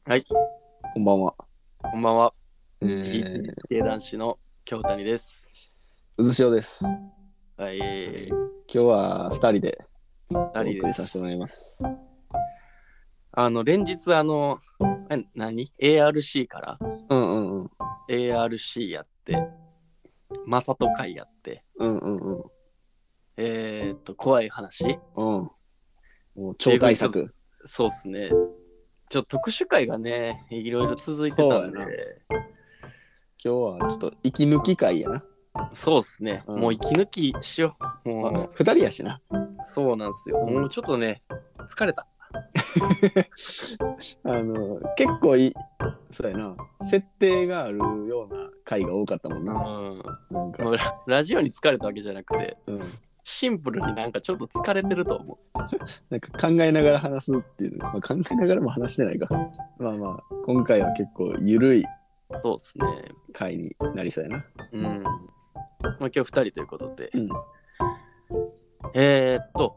はい、 こんばんは。 こんばんは。 え非ー、 日系男子の京谷です。 うずしおです。 はい、 今日は2人で二人お送です。 りさせてもらいます。 連日ARC からうんうんうん。 ARC やって、マサト会やって、 うんうんうん。 怖い話っうん。もう超ていうふうにちょっと、 大作。 そうっすね。ちょっと特殊会がね、いろいろ続いてたんで、 そうやな。今日はちょっと息抜き会やな。 そうっすね。 うん。 もう息抜きしよう。 まあ、 も 2人やしな。 そうなんすよ。 うんもうちょっとね、疲れた。 結構そうやな。設定があるような回が多かったもんうん。 な。なんか、 もうラジオに疲れたわけじゃなくて、 うん。 シンプルになんかちょっと疲れてると思なんか考えながら話すっていう。まあ、考えながらも話してないか。まあまあ、今回は結構ゆるいう。そうですね。 回になりそうやな。 うん。まあ今日2人ということで。 うん。 えーっと、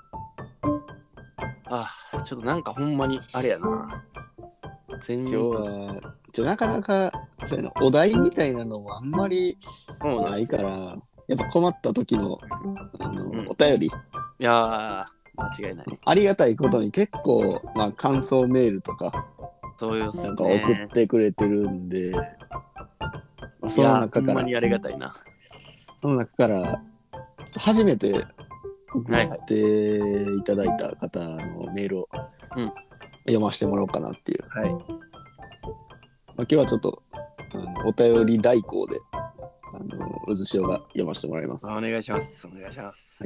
ちょっとなんかほんまにあれやな。 今日はなかなかそうやなお題みたいなのもあんまりないから、やっぱ困った時の、お便り、 いやー、間違いない。 ありがたいことに結構、まあ、感想メールとかそういうっすね。 なんか送ってくれてるんで、そのいやー、 中からほんまにありがたいな。 ちょっと初めて送はいはい。 っていただいた方のメールをうん読ませてもらおうかなっていう、 はい。 まあ、今日はちょっとお便り代行でうずしおが読ませてもらいます。 お願いします。お願いします。 はい。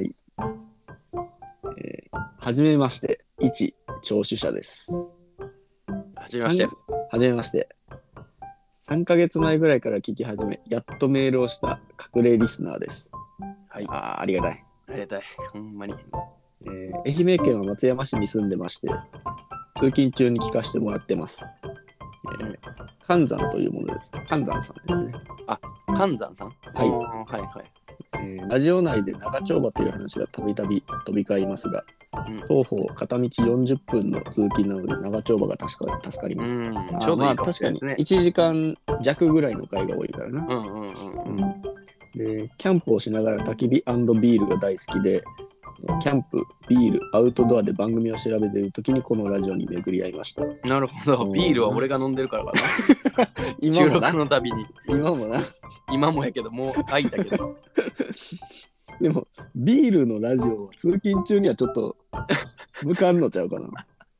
はじめまして、一聴取者です。 はじめまして。 はじめまして。3ヶ月前ぐらいから聞き始め、やっとメールをした隠れリスナーです。 はい。 ありがたい。 ありがたい。ほんまに。 愛媛県は松山市に住んでまして、通勤中に聞かせてもらってます。寒山というものです。寒山さんですね。 寒山さんはいはいはい。 ラジオ内で長丁場という話がたびたび飛び交いますが、当方片道40分の通勤なので長丁場が助かります。 ちょうどいいかも確かにしれないですね。 1時間弱ぐらいの回が多いからな。で、キャンプをしながら焚き火ビールが大好きで、キャンプ、ビール、アウトドアで番組を調べている時にこのラジオに巡り合いました。 なるほど。ビールは俺が飲んでるからかな。 今もな収録のたびに。 今もな。 今もやけど、もう開いたけど。 でも、ビールのラジオは通勤中にはちょっと向かんのちゃうかな。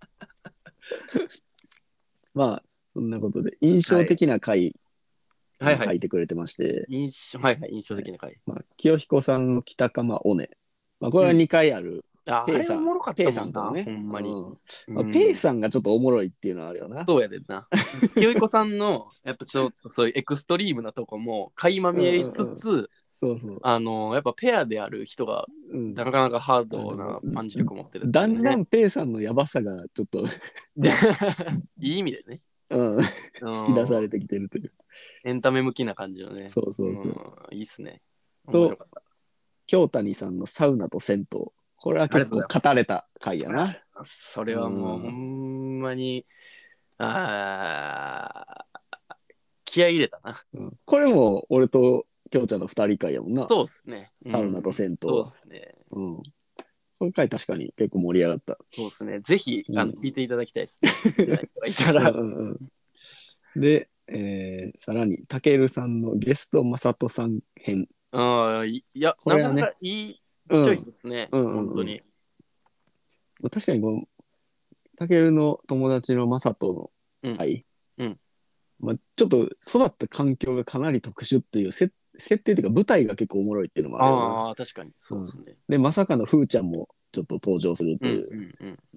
まあ、そんなことで、印象的な回はいはい。 書いてくれてまして、 印象的な回。 まあ、清彦さんの北鎌尾根。まあ、これは2回ある。 あれおもろかったペイもんな、 さんとのね。 ほんまに。 まあ、ペイさんがちょっとおもろいっていうのはあるよな。 そうやでんな。清彦さんの、やっぱちょっとそういうエクストリームなとこも垣間見えつつ、 そうそう。 やっぱペアである人が、なかなかハードなパンチ力持ってるっていうね。 だんだんペイさんのやばさがちょっといい意味でね。 引き出されてきてるという。 エンタメ向きな感じのね。 そうそうそう。 いいっすね。 と、京谷さんのサウナと銭湯。これは結構語れた回やな。 それはもうほんまに、気合い入れたな。 これも俺と京ちゃんの2人会やもんな。 そうっすね。 サウナと銭湯。 そうっすね。 今回確かに結構盛り上がった。 そうですね。ぜひ、聞いていただきたいですね。いたらで、さらに、たけるさんのゲストまさとさん編。 いや、これはね、なかなかいいチョイスですね。本当に。 確かにこの、たけるの友達のまさとの回。ちょっと育った環境がかなり特殊っていう設定というか舞台が結構おもろいっていうのもあるよな。 確かに。そうですね。 で、まさかのふーちゃんもちょっと登場するという。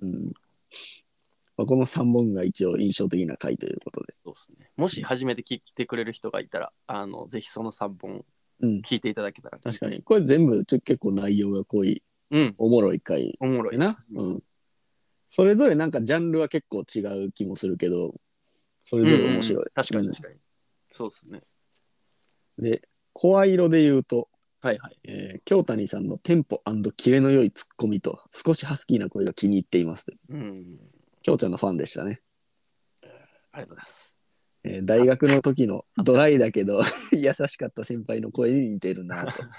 この3本が一応印象的な回ということで。 そうですね。もし初めて聞いてくれる人がいたら、ぜひその3本聞いていただけたら。 確かに。これ全部結構内容が濃い、おもろい回。 おもろいな。それぞれなんかジャンルは結構違う気もするけど、それぞれ面白い。 確かに確かに。そうですね。 で、声色で言うと、 はいはい。 京谷さんのテンポ&キレの良いツッコミと少しハスキーな声が気に入っています。京ちゃんのファンでしたね。 ありがとうございます。 大学の時のドライだけど優しかった先輩の声に似てるなと。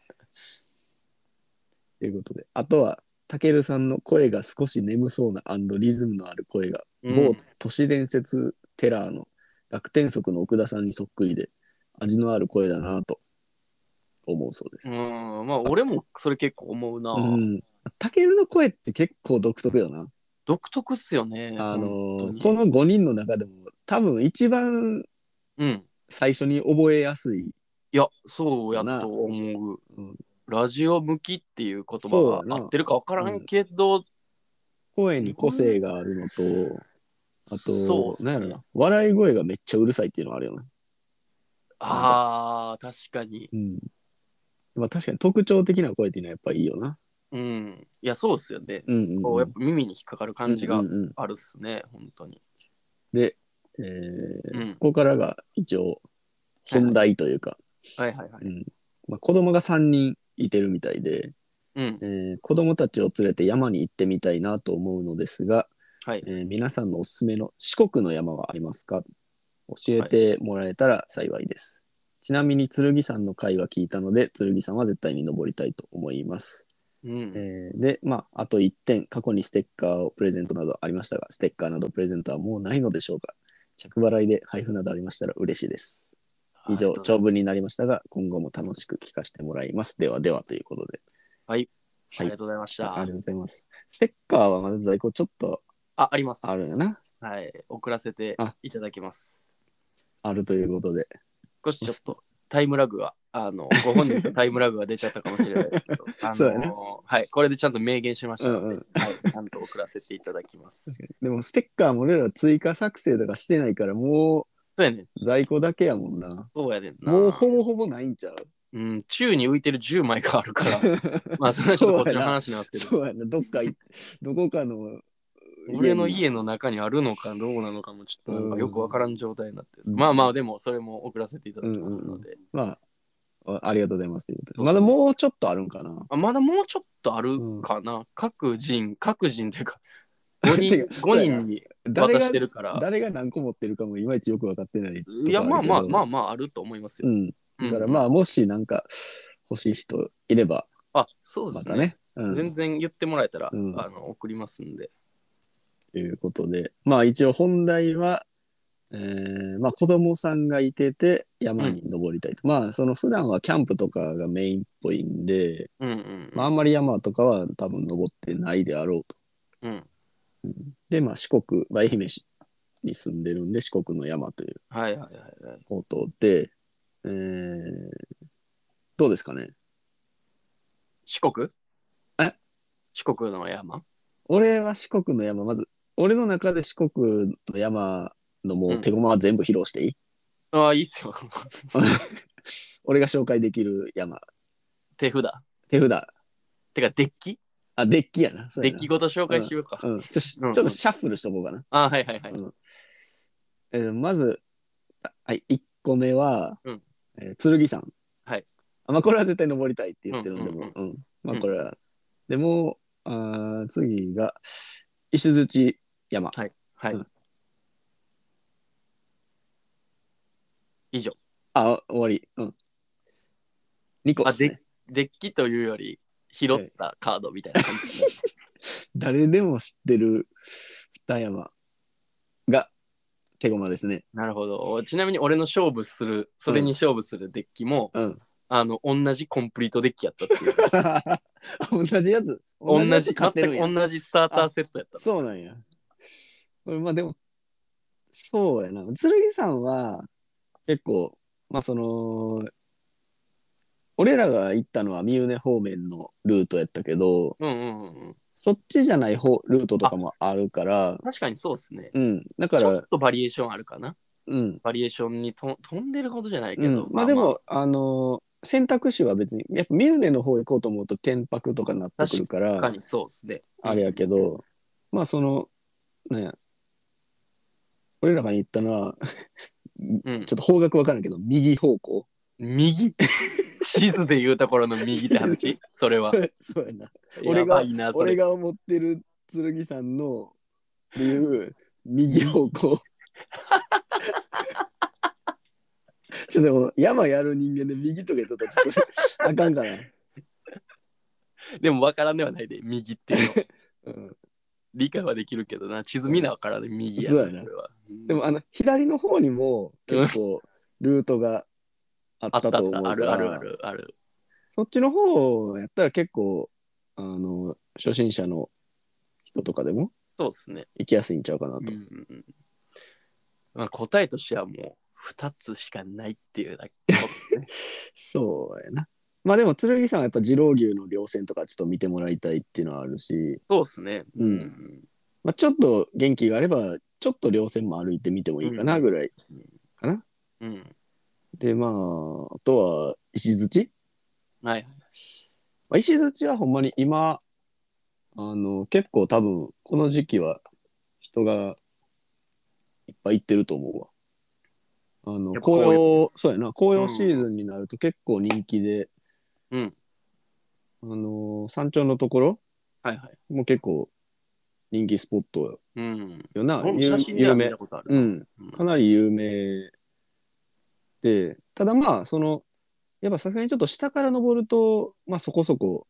ということで、あとは、たけるさんの声が少し眠そうなリズムのある声が、某都市伝説テラーの楽天則の奥田さんにそっくりで、味のある声だなと思うそうです。 まあ俺もそれ結構思うな。 たけるの声って結構独特よな。 独特っすよね。 この5人の中でも多分一番最初に覚えやすい。 いや、そうやと思う。ラジオ向きっていう言葉が合ってるか分からんけど、 声に個性があるのと、あと、なんやろな、笑い声がめっちゃうるさいっていうのはあるよな。 ああ、確かに。 まあ確かに特徴的な声っていうのはやっぱいいよな。 いや、そうっすよね。こうやっぱ耳に引っかかる感じがあるっすね、本当に。 で、ここからが一応本題というか、子供が3人いてるみたいで、子供たちを連れて山に行ってみたいなと思うのですが、皆さんのおすすめの四国の山はありますか？教えてもらえたら幸いです。ちなみに剣山の回は聞いたので、剣山は絶対に登りたいと思います。で、まあ、あと1点、過去にステッカーをプレゼントなどありましたが、ステッカーなどプレゼントはもうないのでしょうか？着払いで配布などありましたら嬉しいです。以上、長文になりましたが、今後も楽しく聞かせてもらいます。ではではということで。 はい。ありがとうございました。 ありがとうございます。ステッカーはまだ在庫ちょっとあります。 あるよな。 はい。送らせていただきます。 あるということで。 少しちょっとタイムラグが、ご本人のタイムラグが出ちゃったかもしれないですけど、 そうやね。 はい。これでちゃんと明言しましたので、はい。ちゃんと送らせていただきます。 でも、ステッカーも俺ら追加作成とかしてないから、もう、 そうやね。 在庫だけやもんな。 そうやねんな。 もうほぼほぼないんちゃう？ 宙に浮いてる10枚があるから、まあ、それはちょっとこっちの話なんですけど。 そうやな、どこかの、 俺の家の中にあるのかどうなのかもちょっとなんかよくわからん状態になって、まあまあでもそれも送らせていただきますので、 まあありがとうございますということで、まだもうちょっとあるんかな。 まだもうちょっとあるかな、各人っていうか5人に渡してるから誰が何個持ってるかもいまいちよく分かってない。 いやまああると思いますよ。 だからまあもしなんか欲しい人いれば、 そうですね、またね、全然言ってもらえたら、送りますんで。 ということで、まあ一応本題は、まあ子供さんがいてて山に登りたいと。まあその普段はキャンプとかがメインっぽいんで、まああんまり山とかは多分登ってないであろうと。で、まあ四国、愛媛市に住んでるんで四国の山ということで、どうですかね？ 四国の山？ 俺は四国の山、まず、俺の中で四国の山のもう手駒は全部披露していい？ いいっすよ。 俺が紹介できる山。 手札。 てか、 デッキ？ デッキやな。 デッキごと紹介しようか。 ちょっとシャッフルしとこうかな。 はい。 まず、1個目は、剣山。 はい。 まあ、これは絶対登りたいって言ってるんで、まあ、これは。でも、次が、石鎚山。 はい。以上。 終わり。2個ですね。 デッキというより、拾ったカードみたいな感じですね。 誰でも知ってる二山が手駒ですね。 なるほど。ちなみに俺のそれに勝負するデッキも、同じコンプリートデッキやったっていう。 同じやつ同じスターターセットやった。 そうなんや。まあでも、そうやな。剣さんは結構、まあ俺らが行ったのは三畝方面のルートやったけど、そっちじゃないルートとかもあるから。 確かにそうですね。 だから。 ちょっとバリエーションあるかな。バリエーションに飛んでるほどじゃないけど。 まあでも、選択肢は別に、やっぱ三畝の方行こうと思うと天白とかになってくるから。 確かにそうですね。 あれやけど、まあ俺らが言ったのは、ちょっと方角わからんけど、右方向。 右地図で言うところの右って話それは。 そうやな。俺が思ってる剣さんの言う右方向。 ちょっとでも山やる人間で右とか言っとったらちょっとあかんかな。 でも分からんではないで、右っていうの。 うん、 理解はできるけどな、地図見な分からんで、右やな、 そうやなこれは。 でも左の方にも結構ルートがあったと思うから、 あるある。 そっちの方やったら結構初心者の人とかでもそうですね。 行きやすいんちゃうかなと。 まあ、答えとしてはもう2つしかないっていうだけ、ね、 そうやな。まあでも剣さんはやっぱ二郎牛の稜線とかちょっと見てもらいたいっていうのはあるし、 そうですね。 まあ、ちょっと元気があればちょっと稜線も歩いてみてもいいかなぐらいかな。でまああとは石槌。 はい。 まあ、石槌はほんまに今結構多分この時期は人がいっぱい行ってると思うわ。紅葉、そうやな、紅葉シーズンになると結構人気で、山頂のところも結構人気スポットよな。 写真では見たことあるな。 かなり有名で、ただまあ、やっぱさすがにちょっと下から登ると、まあそこそこ、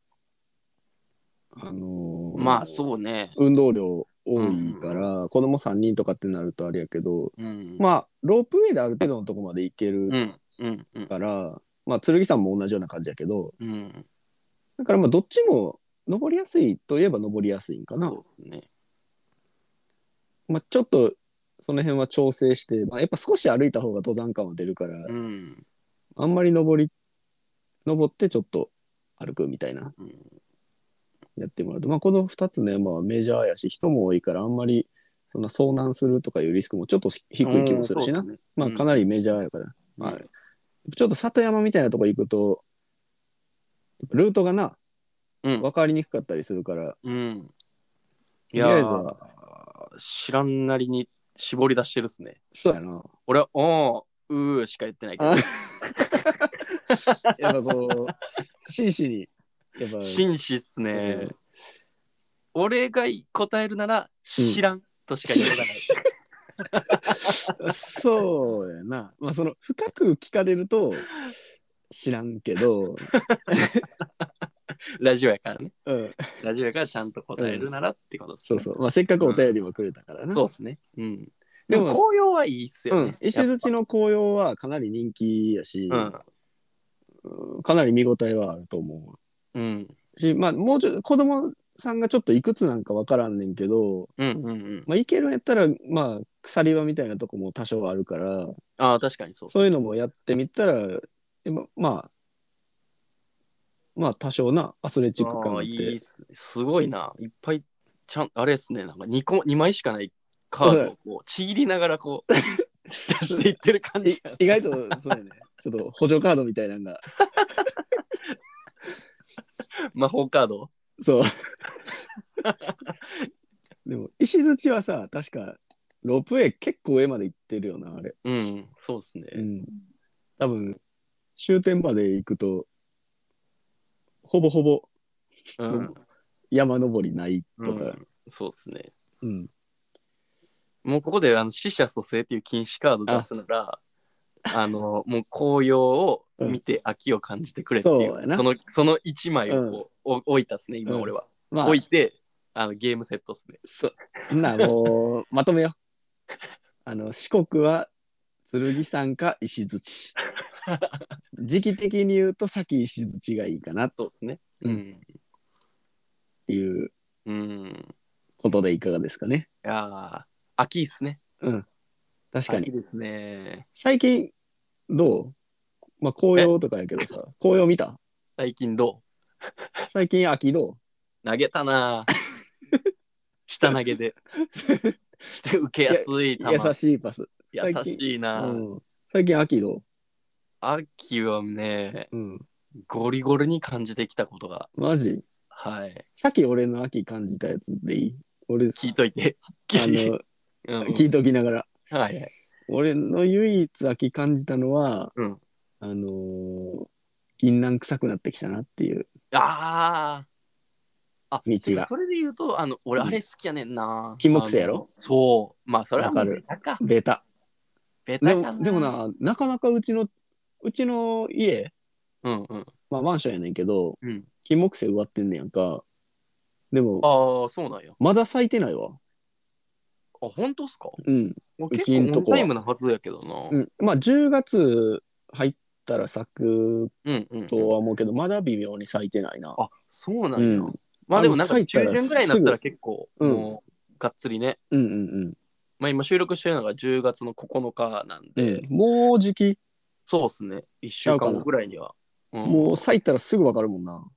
まあそうね。 運動量多いから、子供3人とかってなるとあれやけど、まあ、ロープウェイである程度のとこまで行けるから、まあ、剣山も同じような感じやけど、だからまあ、どっちも登りやすいといえば登りやすいんかな。そうですね。まあ、ちょっと、その辺は調整して、まあ、やっぱ少し歩いた方が登山感は出るから、あんまり登ってちょっと歩くみたいな、やってもらうと、まあ、この2つね、まあ、メジャーやし、人も多いから、あんまり、そんな遭難するとかいうリスクもちょっと低い気もするしな。まあ、かなりメジャーやから。まあ、ちょっと里山みたいなとこ行くと、ルートがな、分かりにくかったりするから、 いやー、知らんなりに絞り出してるっすね。 そうやな。 俺は、しか言ってないけど。 やっぱこう、真摯に。 やっぱ真摯っすね。俺が答えるなら、知らんとしか言いようがない。そうやな。まあ、深く聞かれると、知らんけど、 ラジオやからね。ラジオやからちゃんと答えるならってことですね。そうそう。まあ、せっかくお便りもくれたからな。 そうですね。でも紅葉はいいっすよね。 石槌の紅葉はかなり人気やし、かなり見応えはあると思う。まあ、もうちょっと子供さんがちょっといくつなんか分からんねんけど、まあ、行けるんやったら、まあ、鎖場みたいなとこも多少あるから、 確かにそう。 そういうのもやってみたら、まあ、多少なアスレチック感があって。 いいっすごいな。いっぱい、あれですね、なんか2枚しかないカードをこうちぎりながらこう出していってる感じ。 意外とそうやね。ちょっと補助カードみたいなのが。 魔法カード。 そう。でも石槌はさ、確かロープウェイ結構上まで行ってるよな、あれ。 そうですね。 多分終点まで行くとほぼほぼ、山登りないとか。 そうですね。もうここで死者蘇生っていう禁止カード出すなら、もう紅葉を見て秋を感じてくれっていう、その1枚をこう置いたっすね、今俺は。置いて、ゲームセットっすね。 もう、まとめよう。四国は剣山か石槌。時期的に言うと先石槌がいいかな。 そうですね。 っていうことでいかがですかね。 いや秋っすね。 確かに。 秋ですね。 最近、どう？まあ、紅葉とかやけどさ、紅葉見た？ 最近どう？最近秋どう？ 投げたな下投げで。して受けやすい球。 優しいパス。 優しいな、 最近秋どう？ 秋はね、ゴリゴリに感じてきたことが。 マジ？ はい。 さっき俺の秋感じたやつでいい？俺聞いといて。 聞いときながら。 はい。 俺の唯一秋感じたのは、銀杏臭くなってきたなっていう。 道が。 それで言うと、俺あれ好きやねんな。 金木犀やろ？ そう。まあ、それはもうベタか。 ベタ。 ベタかな。 でもな、なかなかうちの家、まあマンションやねんけど、金木犀植わってんねやんか。でも、 そうなんや。 まだ咲いてないわ。 本当っすか？ うん。 うちんとこは。タイムなはずやけどな。 まあ10月入ったら咲くとは思うけど、まだ微妙に咲いてないな。 そうなんや。まあでもなんか中旬ぐらいになったら結構、もうがっつりね。まあ今収録してるのが10月の9日なんで。 もう時期？ そうっすね。1週間後ぐらいには。 もう咲いたらすぐわかるもんな。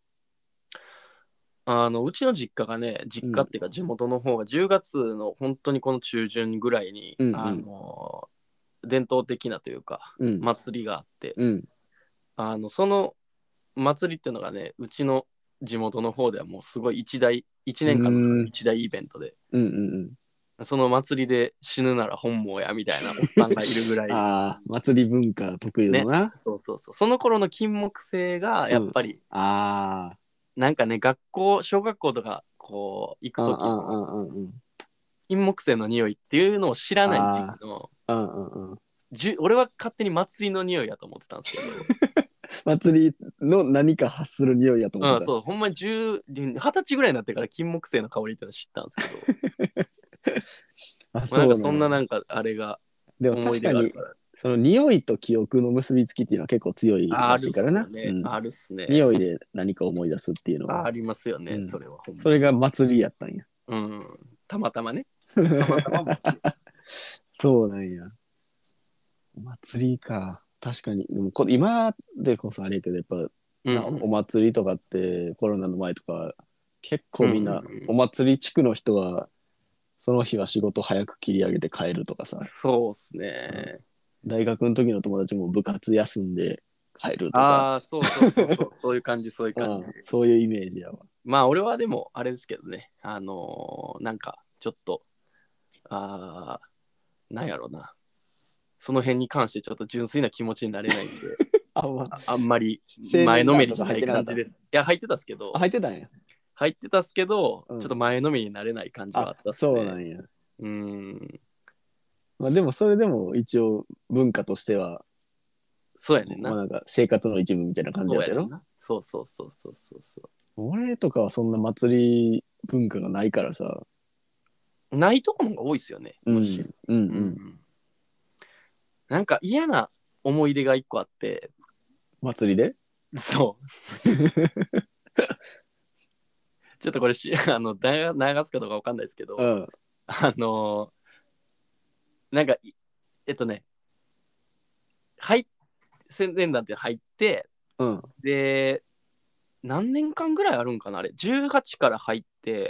うちの実家がね、実家っていうか地元の方が10月の本当にこの中旬ぐらいに、伝統的なというか、祭りがあって、その祭りっていうのがね、うちの地元の方ではもうすごい1年間の一大イベントで、その祭りで死ぬなら本望やみたいなおっさんがいるぐらい。 祭り文化特有のな、 ね。そう。その頃の金木犀がやっぱり、なんかね、小学校とかこう行くときの金木犀の匂いっていうのを知らない時期の、俺は勝手に祭りの匂いやと思ってたんですけど。 祭りの何か発する匂いやと思ってた。 そう、ほんまに20歳ぐらいになってから金木犀の香りっていうのを知ったんですけど。そうなんかそんななんかあれが思い出があるから。 その匂いと記憶の結びつきっていうのは結構強いらしいからな。 あるっすね。 匂いで何か思い出すっていうのは。 ありますよね、それは。 それが祭りやったんや。 たまたまね。たまたまそうなんや。お祭りか。確かに。でも今でこそあれやけど、やっぱ、お祭りとかってコロナの前とか、結構みんな、お祭り地区の人は、その日は仕事早く切り上げて帰るとかさ。 そうっすね。 大学の時の友達も部活休んで帰るとか。 そう。そういう感じ、そういう感じ。 そういうイメージやわ。 まあ、俺はでも、あれですけどね。なんか、ちょっと、なんやろうな。その辺に関してちょっと純粋な気持ちになれないんで、あんまり前のめりじゃない感じです。いや、入ってたっすけど、 入ってたんや。 入ってたっすけど、ちょっと前のめりになれない感じはあったっすね。 そうなんや。まあでもそれでも一応文化としては、 そうやねんな。 なんか生活の一部みたいな感じだったよ。 そう。 俺とかはそんな祭り文化がないからさ。 ないところが多いっすよね。もし。なんか嫌な思い出が一個あって。 祭りで？ そう。ちょっとこれ流すかどうかわかんないですけど、なんか、宣伝団って入って、で、何年間ぐらいあるんかなあれ。18から入って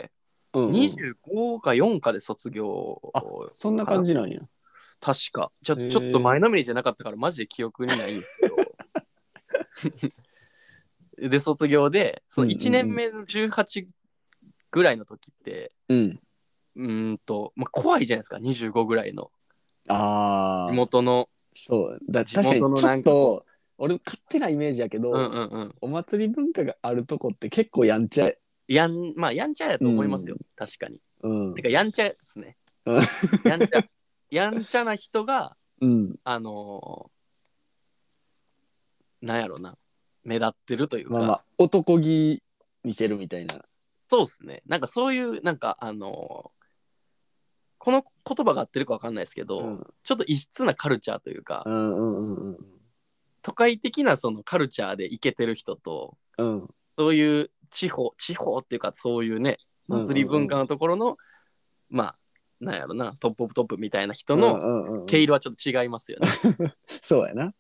、25か4かで卒業。 そんな感じなんや。 確か。ちょっと前のめりじゃなかったから、マジで記憶にないんですけど。で、卒業で、その1年目の18ぐらいの時って、まあ、怖いじゃないですか、25ぐらいの。地元の。 そう。確かにちょっと、俺勝手なイメージやけど、お祭り文化があるとこって結構やんちゃ。 まあ、やんちゃやと思いますよ、確かに。てか、やんちゃですね。やんちゃな人が、なんやろな、目立ってるというか。 男気見せるみたいな。 そうですね。なんかそういう、なんかこの言葉が合ってるか分かんないですけど、ちょっと異質なカルチャーというか、都会的なそのカルチャーでイケてる人と、そういう地方っていうか、そういうね、祭り文化のところの、まあ、なんやろな、トップオブトップみたいな人の毛色はちょっと違いますよね。 そうやな。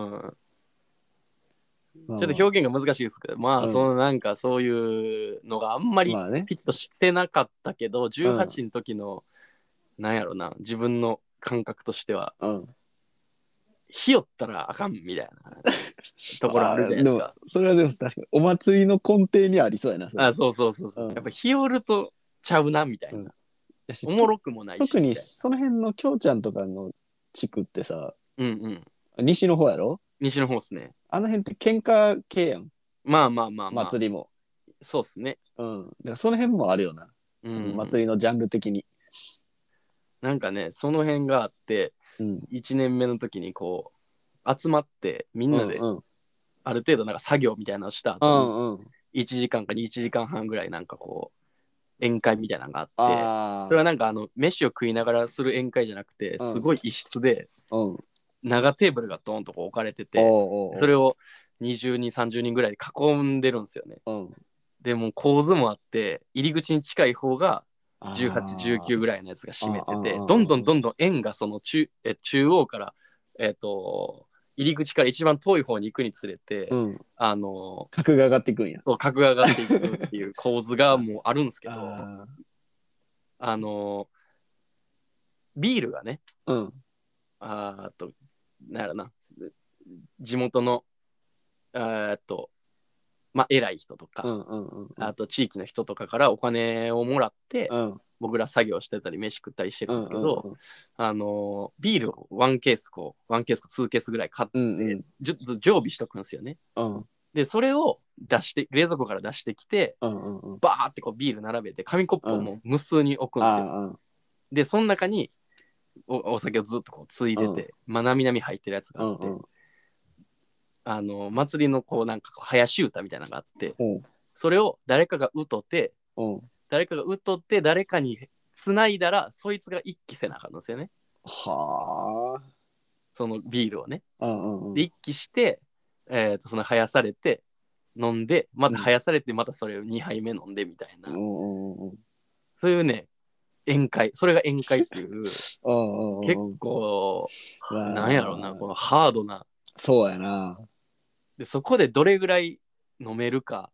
ちょっと表現が難しいですけど、まあ、そのなんかそういうのがあんまりフィットしてなかったけど、18の時の、なんやろな、自分の感覚としては、ひよったらあかんみたいなところあるじゃないですか。 それはでも確かにお祭りの根底にありそうやな。 そう。やっぱひよるとちゃうなみたいな。おもろくもないし。 特にその辺のきょうちゃんとかの地区ってさ、西の方やろ？ 西の方っすね。 あの辺って喧嘩系やん。 まあ。 祭りも。 そうっすね。 だからその辺もあるよな。祭りのジャンル的に。 なんかね、その辺があって、1年目の時にこう、集まってみんなで、ある程度なんか作業みたいなのをした後に、1時間か1時間半ぐらいなんかこう、宴会みたいなのがあって、それはなんか飯を食いながらする宴会じゃなくて、すごい一室で、長テーブルがドーンとこう置かれてて、それを20人、30人ぐらいで囲んでるんですよね。でも構図もあって、入り口に近い方が18、19ぐらいのやつが占めてて、どんどん円がその中央から、入り口から一番遠い方に行くにつれて、 格が上がっていくんや。 そう、格が上がっていくっていう構図がもうあるんですけど、ビールがね、なんやろな、地元のまあ偉い人とか、あと地域の人とかからお金をもらって、僕ら作業してたり飯食ったりしてるんですけど、ビールを1ケースか2ケースぐらい買って、常備しとくんですよね。でそれを冷蔵庫から出してきて、バーってこうビール並べて紙コップをもう無数に置くんですよ。でその中にお酒をずっとこうついでて、なみなみ入ってるやつがあって、祭りのこうなんか林歌みたいなのがあって、それを誰かが歌って誰かに繋いだらそいつが一気せなあかんのですよね。はあ。そのビールをね。で一気して、その生やされて飲んで、また生やされてまたそれを2杯目飲んでみたいな、そういうね宴会、それが宴会っていう結構なんやろうな、このハードな。 そうやな。 でそこでどれぐらい飲めるか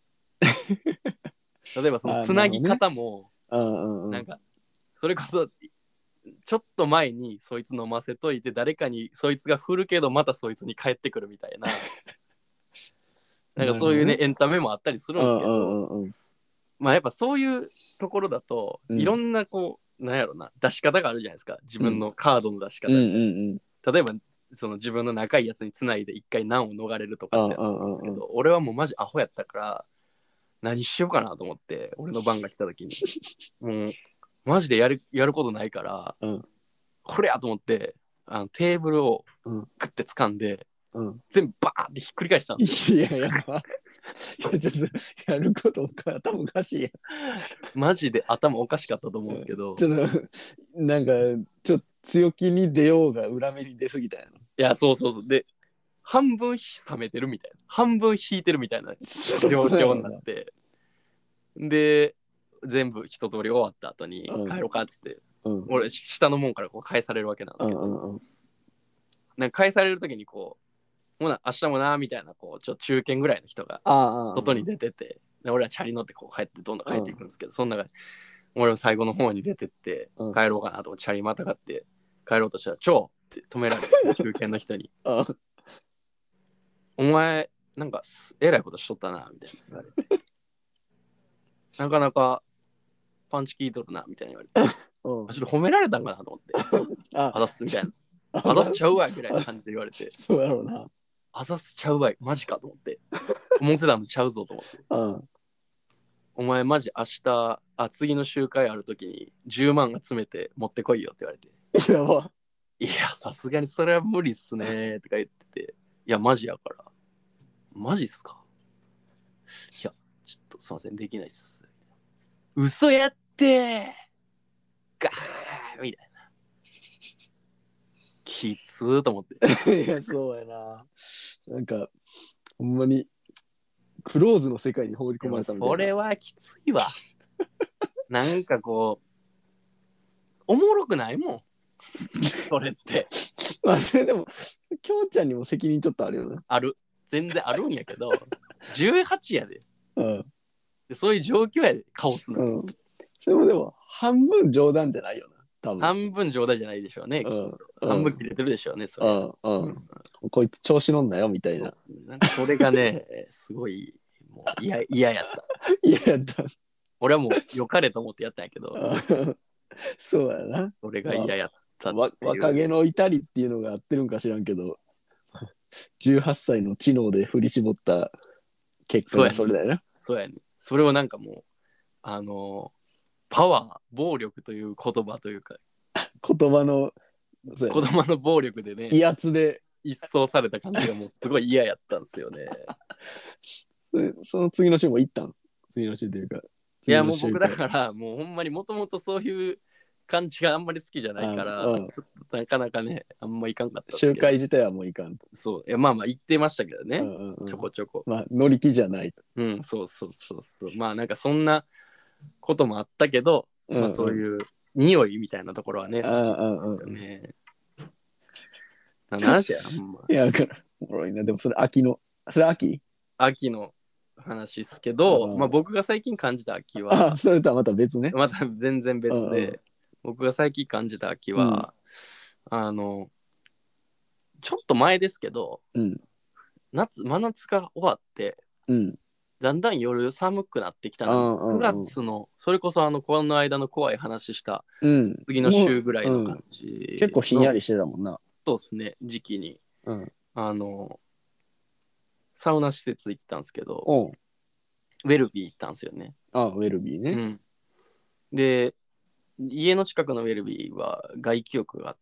例えばそのつなぎ方もなんかそれこそちょっと前にそいつ飲ませといて誰かにそいつが振るけどまたそいつに帰ってくるみたいななんかそういうねエンタメもあったりするんですけど、まあやっぱそういうところだといろんなこうなんやろな出し方があるじゃないですか。自分のカードの出し方、例えばその自分の仲いいやつにつないで一回難を逃れるとかってやったんですけど、俺はもうマジアホやったから何しようかなと思って、俺の番が来た時にもうマジでやることないから、これやと思ってテーブルをグッて掴んで、全部バーンってひっくり返したんですよ。いややばちょっとやること頭おかしいやマジで頭おかしかったと思うんですけど、 ちょっとなんかちょっと強気に出ようが裏目に出すぎたんやろ。 いやそうで半分冷めてるみたいな、半分引いてるみたいな状況になって、で全部一通り終わった後に帰ろうかっつって、俺下の門からこう返されるわけなんですけど、なんか返される時にこうほな明日もなみたいなこうちょっと中堅ぐらいの人が外に出てて、で俺はチャリ乗ってこう帰ってどんどん帰っていくんですけど、その中で俺も最後の方に出てって帰ろうかなと思ってチャリまたがって帰ろうとしたら「ちょ!」って止められて中堅の人にお前なんかえらいことしとったなみたいな言われてなかなかパンチ効いとるなみたいな言われてちょっと褒められたんかなと思ってあざっすみたいなあざっすちゃうわいぐらいな感じで言われてそうやろうな、 あざっすちゃうわいマジかと思って思ってたのちゃうぞと思ってお前マジ明日次の集会ある時に10万集めて持ってこいよって言われてやばいやさすがにそれは無理っすねとか言ってて、いやマジやからマジっすか、いやちょっとすいませんできないっす、嘘やってガーみたいな、きつーと思っていやそうやな、なんかほんまにクローズの世界に放り込まれたみたいな。 それはきついわなんかこうおもろくないもんそれってまあでもきょうちゃんにも責任ちょっとあるよね。 ある、全然あるんやけど18やで、でそういう状況やでカオスな、 でも半分冗談じゃないよな多分。 半分冗談じゃないでしょうね、半分切れてるでしょうねそれ、 こいつ調子乗んなよみたいな。 なんかそれがねすごいもう嫌やった嫌やった。 俺はもう良かれと思ってやったんやけどそうやな、 それが嫌やった若気の至りっていうのが合ってるんか知らんけど18歳の知能で振り絞った結果がそれだよな。 そうやね。 それをなんかもうパワー暴力という言葉というか言葉の言葉の暴力でね威圧で一掃された感じがもうすごい嫌やったんですよね。 その次の週も行ったん？次の週というか。 いやもう僕だからもうほんまにもともとそういう感じがあんまり好きじゃないから、ちょっとなかなかねあんまいかんかったですけど。 集会自体はもういかんと。 そういやまあまあ言ってましたけどね、ちょこちょこ。 まあ乗り気じゃないと。 そうそうそうそう。まあなんかそんなこともあったけど、まあそういう匂いみたいなところはね好きですよね。何の話やほんま。 いやだからおもろいな。でもそれ秋の話ですけど、まあ僕が最近感じた秋は、 それとはまた別ね。 また全然別で、僕が最近感じた秋は、ちょっと前ですけど、真夏が終わって、だんだん夜寒くなってきたの。9月の、それこそこの間の怖い話した次の週ぐらいの感じ。 結構ひんやりしてたもんな。 そうですね、時期に。サウナ施設行ったんですけど、ウェルビー行ったんですよね。 ウェルビーね。 で、家の近くのウェルビーは外気浴があって、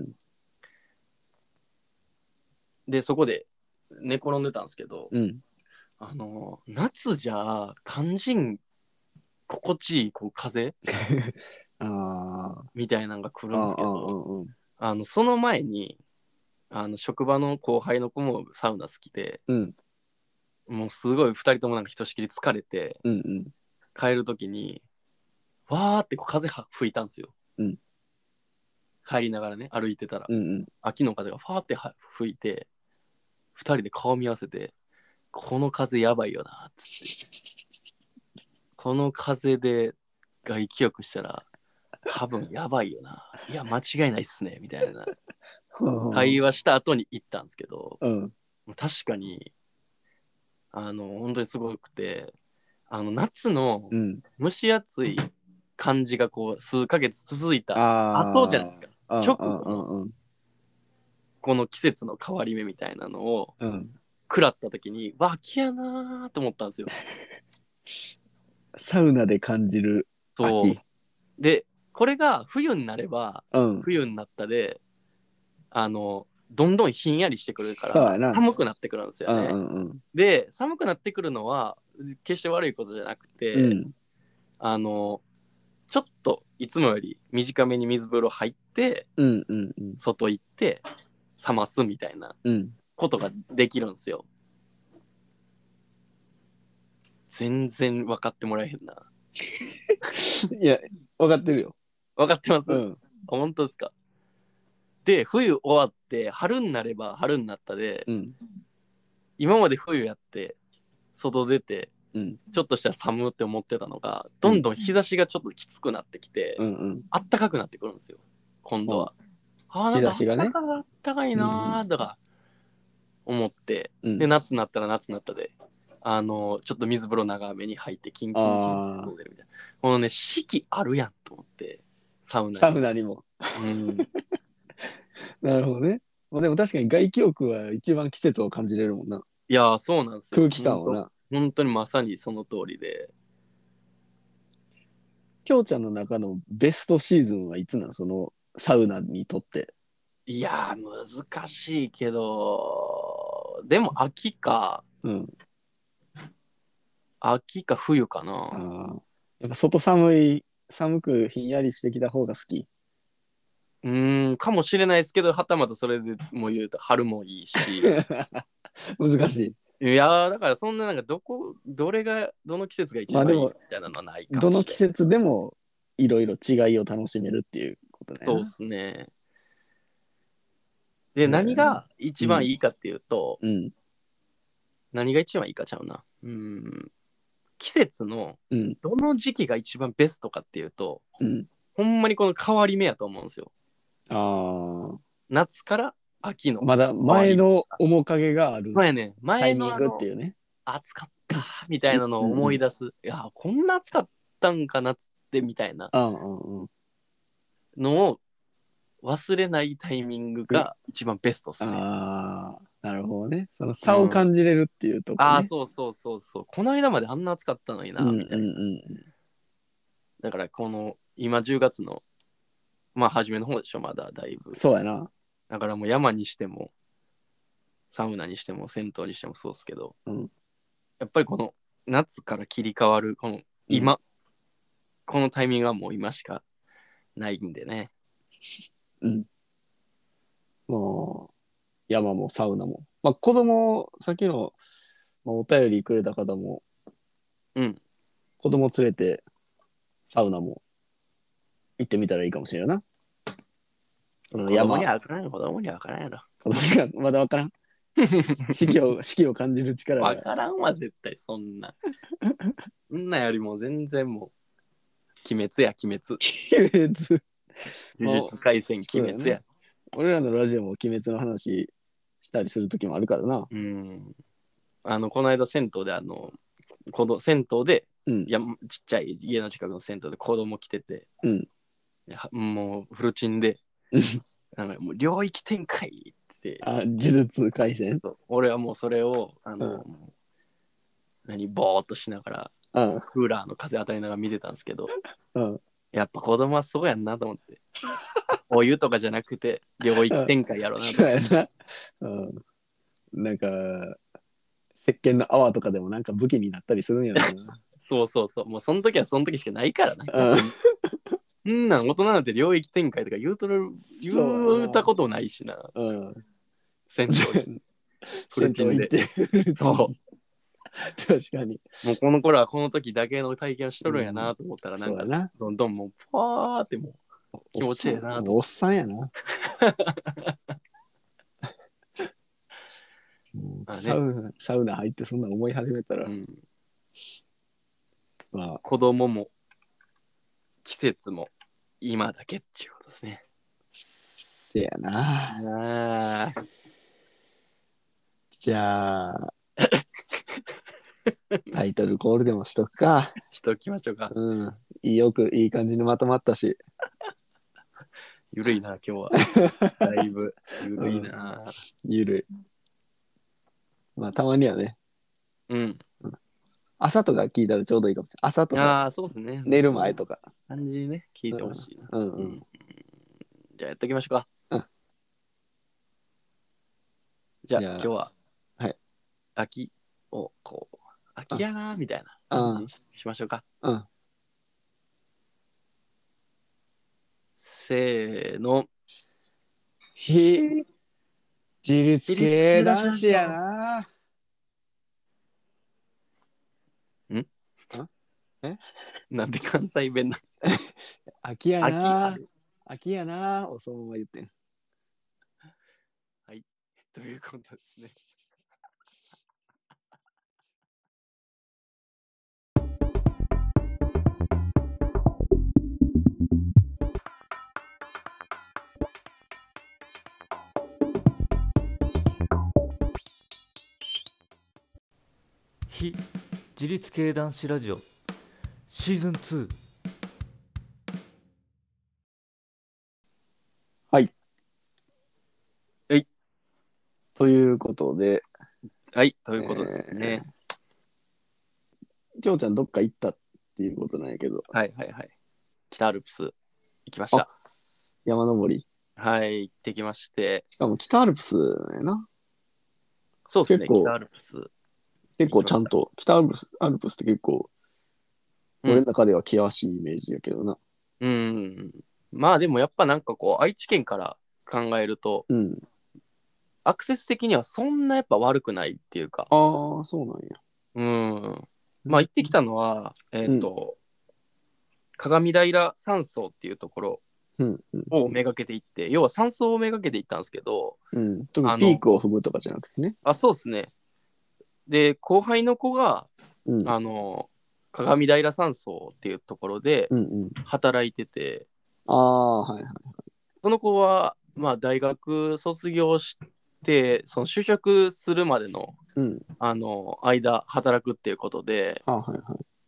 で、そこで寝転んでたんですけど、夏じゃ肝心心地いいこう風みたいなのが来るんですけど、その前に職場の後輩の子もサウナ好きで、もうすごい2人ともなんかひとしきり疲れて、帰る時にわーってこう風吹いたんですよ、帰りながらね歩いてたら、秋の風がファーって吹いて2人で顔見合わせて、この風やばいよなっつって、この風で外気浴したら多分やばいよな、いや間違いないっすねみたいな会話した後に行ったんですけど、確かに本当にすごくて、夏の蒸し暑い感じがこう数ヶ月続いた後じゃないですか、直後のこの季節の変わり目みたいなのを食らった時に、わ秋やなーと思ったんですよ。 サウナで感じる秋。 でこれが冬になれば、冬になったでどんどんひんやりしてくるから寒くなってくるんですよね。で寒くなってくるのは決して悪いことじゃなくて、ちょっといつもより短めに水風呂入って、外行って冷ますみたいなことができるんですよ。全然分かってもらえへんな。 いや分かってるよ。 分かってます、本当ですか。で冬終わって春になれば春になったで、今まで冬やって外出て、ちょっとしたら寒って思ってたのが、どんどん日差しがちょっときつくなってきて、あったかくなってくるんですよ今度は。 日差しがねあったかいなーとか思って、で夏になったら夏になったでちょっと水風呂長めに入ってキンキンキン突っ込んでるみたいな、このね四季あるやんと思って、サウナにも。 なるほどね。でも確かに外気浴は一番季節を感じれるもんな。 いやそうなんですよ。 空気感をな。 本当にまさにその通りで。 きょうちゃんの中のベストシーズンはいつなん？そのサウナにとって。 いや難しいけど、でも秋か、秋か冬かな。 やっぱ外寒くひんやりしてきた方が好き。 かもしれないですけど、はたまたそれでも言うと春もいいし難しい。いやだからそんななんかどれがどの季節が一番いいみたいなのはないかもしれない。 どの季節でもいろいろ違いを楽しめるっていうことね。 そうですね。で何が一番いいかっていうと、何が一番いいかちゃうな。季節のどの時期が一番ベストかっていうと、ほんまにこの変わり目やと思うんですよ。夏から秋のまだ前の面影があるそうやね、前のタイミングっていうね。 暑かったみたいなのを思い出す、いやこんな暑かったんか夏ってみたいなのを忘れないタイミングが一番ベストですね。 なるほどね。その差を感じれるっていうとこね。 ああ、そうそうそうそう。この間まであんな暑かったのにな、みたいな。だからこの今10月のまあ初めの方でしょ、まだだいぶ。 そうやな。 だからもう山にしてもサウナにしても銭湯にしてもそうですけど、やっぱりこの夏から切り替わるこの今、このタイミングはもう今しかないんでね。 もう山もサウナも。まあ子供、さっきの、お便りくれた方も、子供連れてサウナも行ってみたらいいかもしれんな。 その山。子供には分からんやろ。 子供にはまだ分からん。四季を感じる力が。 分からんわ、絶対そんな。そんなよりも全然もう、鬼滅や、鬼滅。呪術廻戦、鬼滅や。 俺らのラジオも鬼滅の話したりする時もあるからな。 この間銭湯で銭湯で、ちっちゃい家の近くの銭湯で子供来てて、もうフルチンで、もう領域展開って。 呪術廻戦。 俺はもうそれを、ぼーっとしながら、クーラーの風当たりながら見てたんですけど、やっぱ子供はそうやんなと思って。お湯とかじゃなくて、領域展開やろうなと思って。 なんか、石鹸の泡とかでもなんか武器になったりするんやろな。 そうそうそう。もうその時はその時しかないからな。大人なんて領域展開とか言うたことないしな。銭湯フルチンで。そう。 確かに。 もうこの頃はこの時だけの体験をしとるんやなと思ったら、なんかどんどんもうパーってもう気持ちいいなと。 おっさんやな。サウナ入ってそんな思い始めたら、 子供も季節も今だけっていうことですね。 せやな。じゃあタイトルコールでもしとくか。 しときましょうか。 いい感じにまとまったし。 ゆるいな今日は。だいぶゆるいな。 ゆるい。まあたまにはね。朝とか聞いたらちょうどいいかもしれない。朝とか。 そうですね。 寝る前とか。 感じにね、聞いてほしいな。じゃあやっときましょうか。じゃあ今日は、秋をこう、秋やなみたいな感じにしましょうか。せーの。 自立系男子やな。 なんで関西弁な秋やな。秋やな。をそのまま言ってん。 はい。ということですね。 非自立系男子ラジオシーズン2。 はい。ということで。 ということですね。 きょうちゃんどっか行ったっていうことなんやけど。 北アルプス行きました。 山登り。 行ってきまして。 しかも北アルプスやな。 そうですね、北アルプス。 結構ちゃんと、北アルプスって結構、俺の中では険しいイメージやけどな。 まあでもやっぱなんかこう、愛知県から考えると、アクセス的にはそんなやっぱ悪くないっていうか。 そうなんや。まあ行ってきたのは、鏡平山荘っていうところをめがけて行って、要は山荘をめがけて行ったんですけど、 特にピークを踏むとかじゃなくてね。 そうですね。で、後輩の子が、鏡平山荘っていうところで働いてて、その子は、まあ、大学卒業して、その就職するまでの、間、働くっていうことで、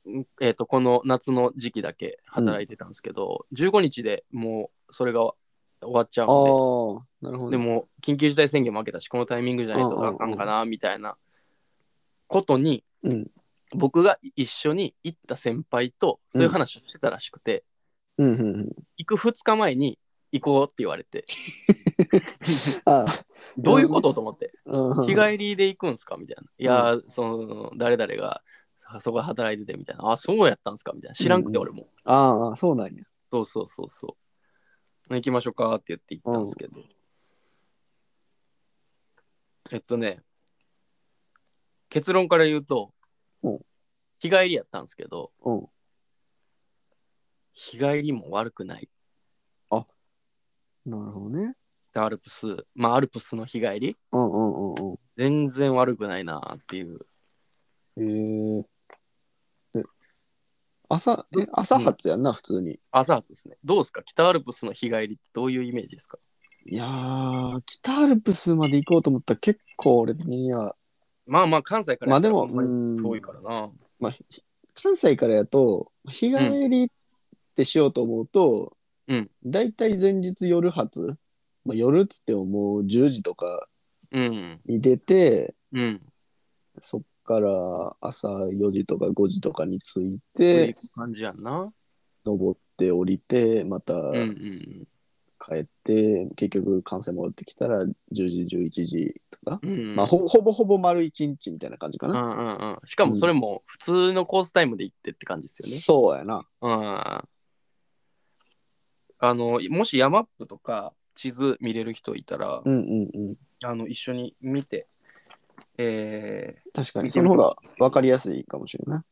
この夏の時期だけ働いてたんですけど、15日でもうそれが終わっちゃうんで。なるほど。でも、緊急事態宣言も明けたし、このタイミングじゃないとあかんかな、みたいなことに、僕が一緒に行った先輩とそういう話をしてたらしくて、行く2日前に行こうって言われてどういうことと思って、日帰りで行くんすかみたいな。いや、その誰々がそこで働いててみたいな。あ、そうやったんすかみたいな。知らんくて俺も。 ああ、そうなんや。 そうそうそうそう。行きましょうかって言って行ったんですけど。結論から言うと、日帰りやったんですけど、日帰りも悪くない。 あ、なるほどね。 アルプスの日帰り、全然悪くないなっていう。 朝発やんな、普通に。 朝発ですね。どうですか、北アルプスの日帰りってどういうイメージですか？ いやー、北アルプスまで行こうと思ったら結構俺的には。 まあまあ関西からやったら遠いからな。 まあ、関西からやと、日帰りってしようと思うと、だいたい前日夜発、夜っつってももう10時とかに出て、そっから朝4時とか5時とかに着いて、 感じやんな。 登って降りて、また帰って、結局完成戻ってきたら10時、11時とか、ほぼほぼ丸1日みたいな感じかな。 しかもそれも普通のコースタイムで行ってって感じですよね。 そうやな。 もしヤマップとか地図見れる人いたら、一緒に見て、 確かにその方が分かりやすいかもしれない。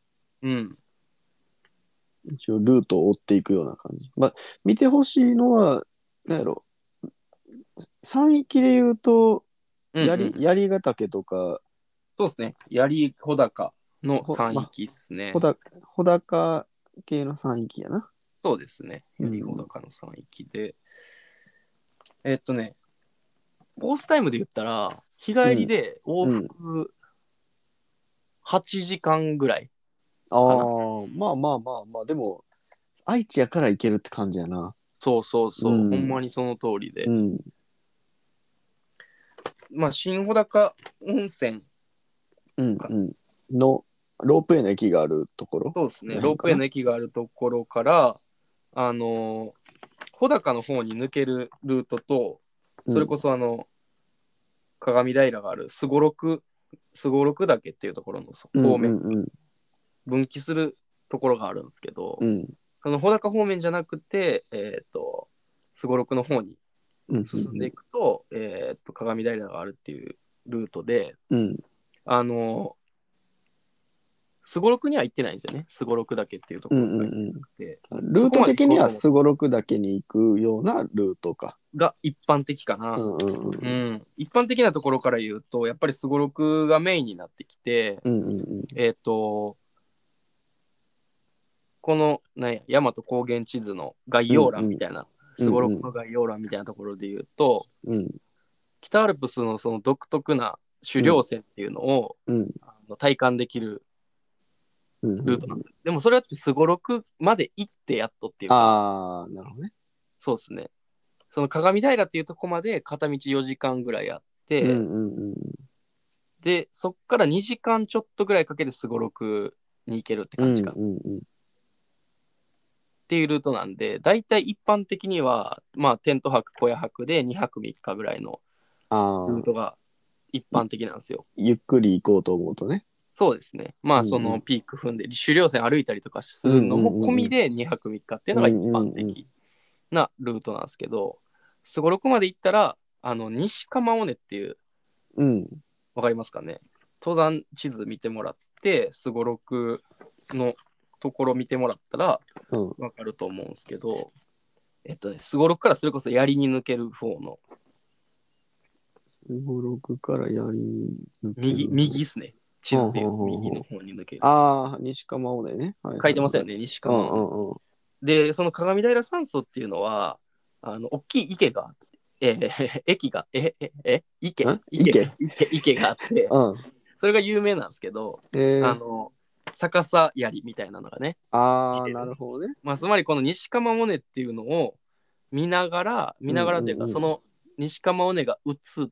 一応ルートを追っていくような感じ。見てほしいのは、なんやろ、山域で言うと、槍ヶ岳とか、 そうですね、槍穂高の山域っすね。 穂高系の山域やな。 そうですね、槍穂高の山域で。コースタイムで言ったら、日帰りで往復8時間ぐらいかな。 まあ、でも、愛知やから行けるって感じやな。 そう、ほんまにその通りで。新穂高温泉のロープウェイの駅があるところ。 そうですね、ロープウェイの駅があるところから、穂高の方に抜けるルートと、それこそ鏡平があるすごろく岳っていうところの方面、分岐するところがあるんですけど、その穂高方面じゃなくて、すごろくの方に進んでいくと、鏡平があるっていうルートで、すごろくには行ってないんですよね。すごろく岳っていうところが行ってルート的にはすごろく岳に行くようなルートか。 が一般的かな。一般的なところから言うと、やっぱりすごろくがメインになってきて、この大和高原地図の概要欄みたいな、すごろくの概要欄みたいなところで言うと、北アルプスのその独特な狩猟線っていうのを、体感できるルートなんですよ。でもそれってすごろくまで行ってやっとっていうか。 なるほどね。 そうですね。その鏡平っていうとこまで片道4時間ぐらいあって、で、そっから2時間ちょっとぐらいかけてすごろくに行けるって感じか。っていうルートなんで、だいたい一般的には、テント泊、小屋泊で2泊3日ぐらいのルートが一般的なんですよ。 ゆっくり行こうと思うとね。 そうですね。そのピーク踏んで、狩猟線歩いたりとかするのも込みで2泊3日っていうのが一般的なルートなんですけど、すごろくまで行ったら、西釜尾根っていう、わかりますかね。登山地図見てもらって、すごろくのところ見てもらったら、わかると思うんですけど、すごろくからそれこそ槍に抜ける方の。 すごろくから槍に抜ける。 右っすね。地図でいう右の方に抜ける。 西釜尾根ね。 書いてますよね、西釜尾根。で、その鏡平山荘っていうのは、大きい池があって、池があって、それが有名なんですけど、逆さ槍みたいなのがね。 なるほどね。 つまりこの西釜尾根っていうのを見ながらというか、その西川尾根が映って、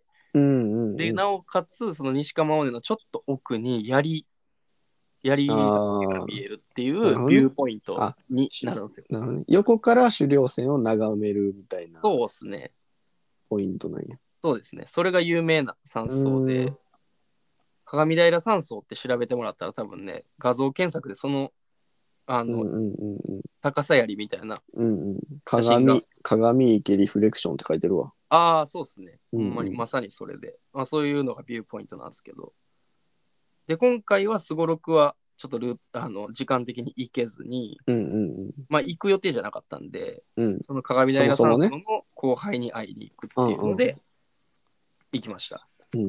で、なおかつ、その西川尾根のちょっと奥に槍が見えるっていうビューポイントになるんですよ。 なるほどね。横から狩猟船を眺めるみたいな。 そうですね。 ポイントなんや。 そうですね。それが有名な山荘で、鏡平山荘って調べてもらったら多分ね、画像検索でその、高さ槍みたいな。 鏡池リフレクションって書いてるわ。 ああ、そうですね。ほんまにまさにそれで。まあそういうのがビューポイントなんですけど。で、今回はすごろくはちょっと時間的に行けずに、まあ行く予定じゃなかったんで、その鏡平さんの後輩に会いに行くっていうので、行きました。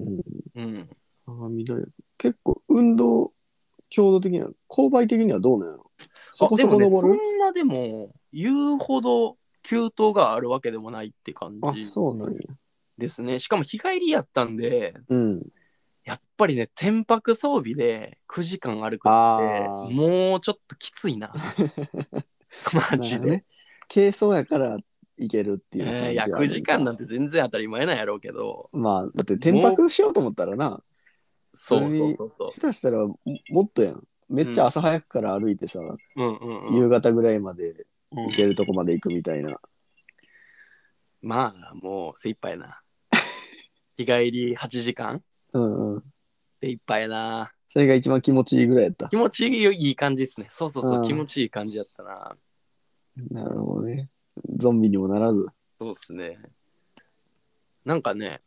鏡平結構運動強度的には、勾配的にはどうなんやろ。そこそこ登る。 そんなでも言うほど急登があるわけでもないって感じですね。しかも日帰りやったんで、やっぱりね、天白装備で9時間歩くってもうちょっときついな。マジで。 軽装やから行けるっていう感じ。 いや、9時間なんて全然当たり前なんやろうけど。 まあ、だって天白しようと思ったらな。 そう下手したらもっとやん。めっちゃ朝早くから歩いてさ、夕方ぐらいまで行けるとこまで行くみたいな。 まあ、もう精一杯な。日帰り8時間精一杯な。 それが一番気持ちいいぐらいやった。 気持ちいい感じですね。そう、気持ちいい感じやったな。 なるほどね。ゾンビにもならず。 そうっすね。なんかね、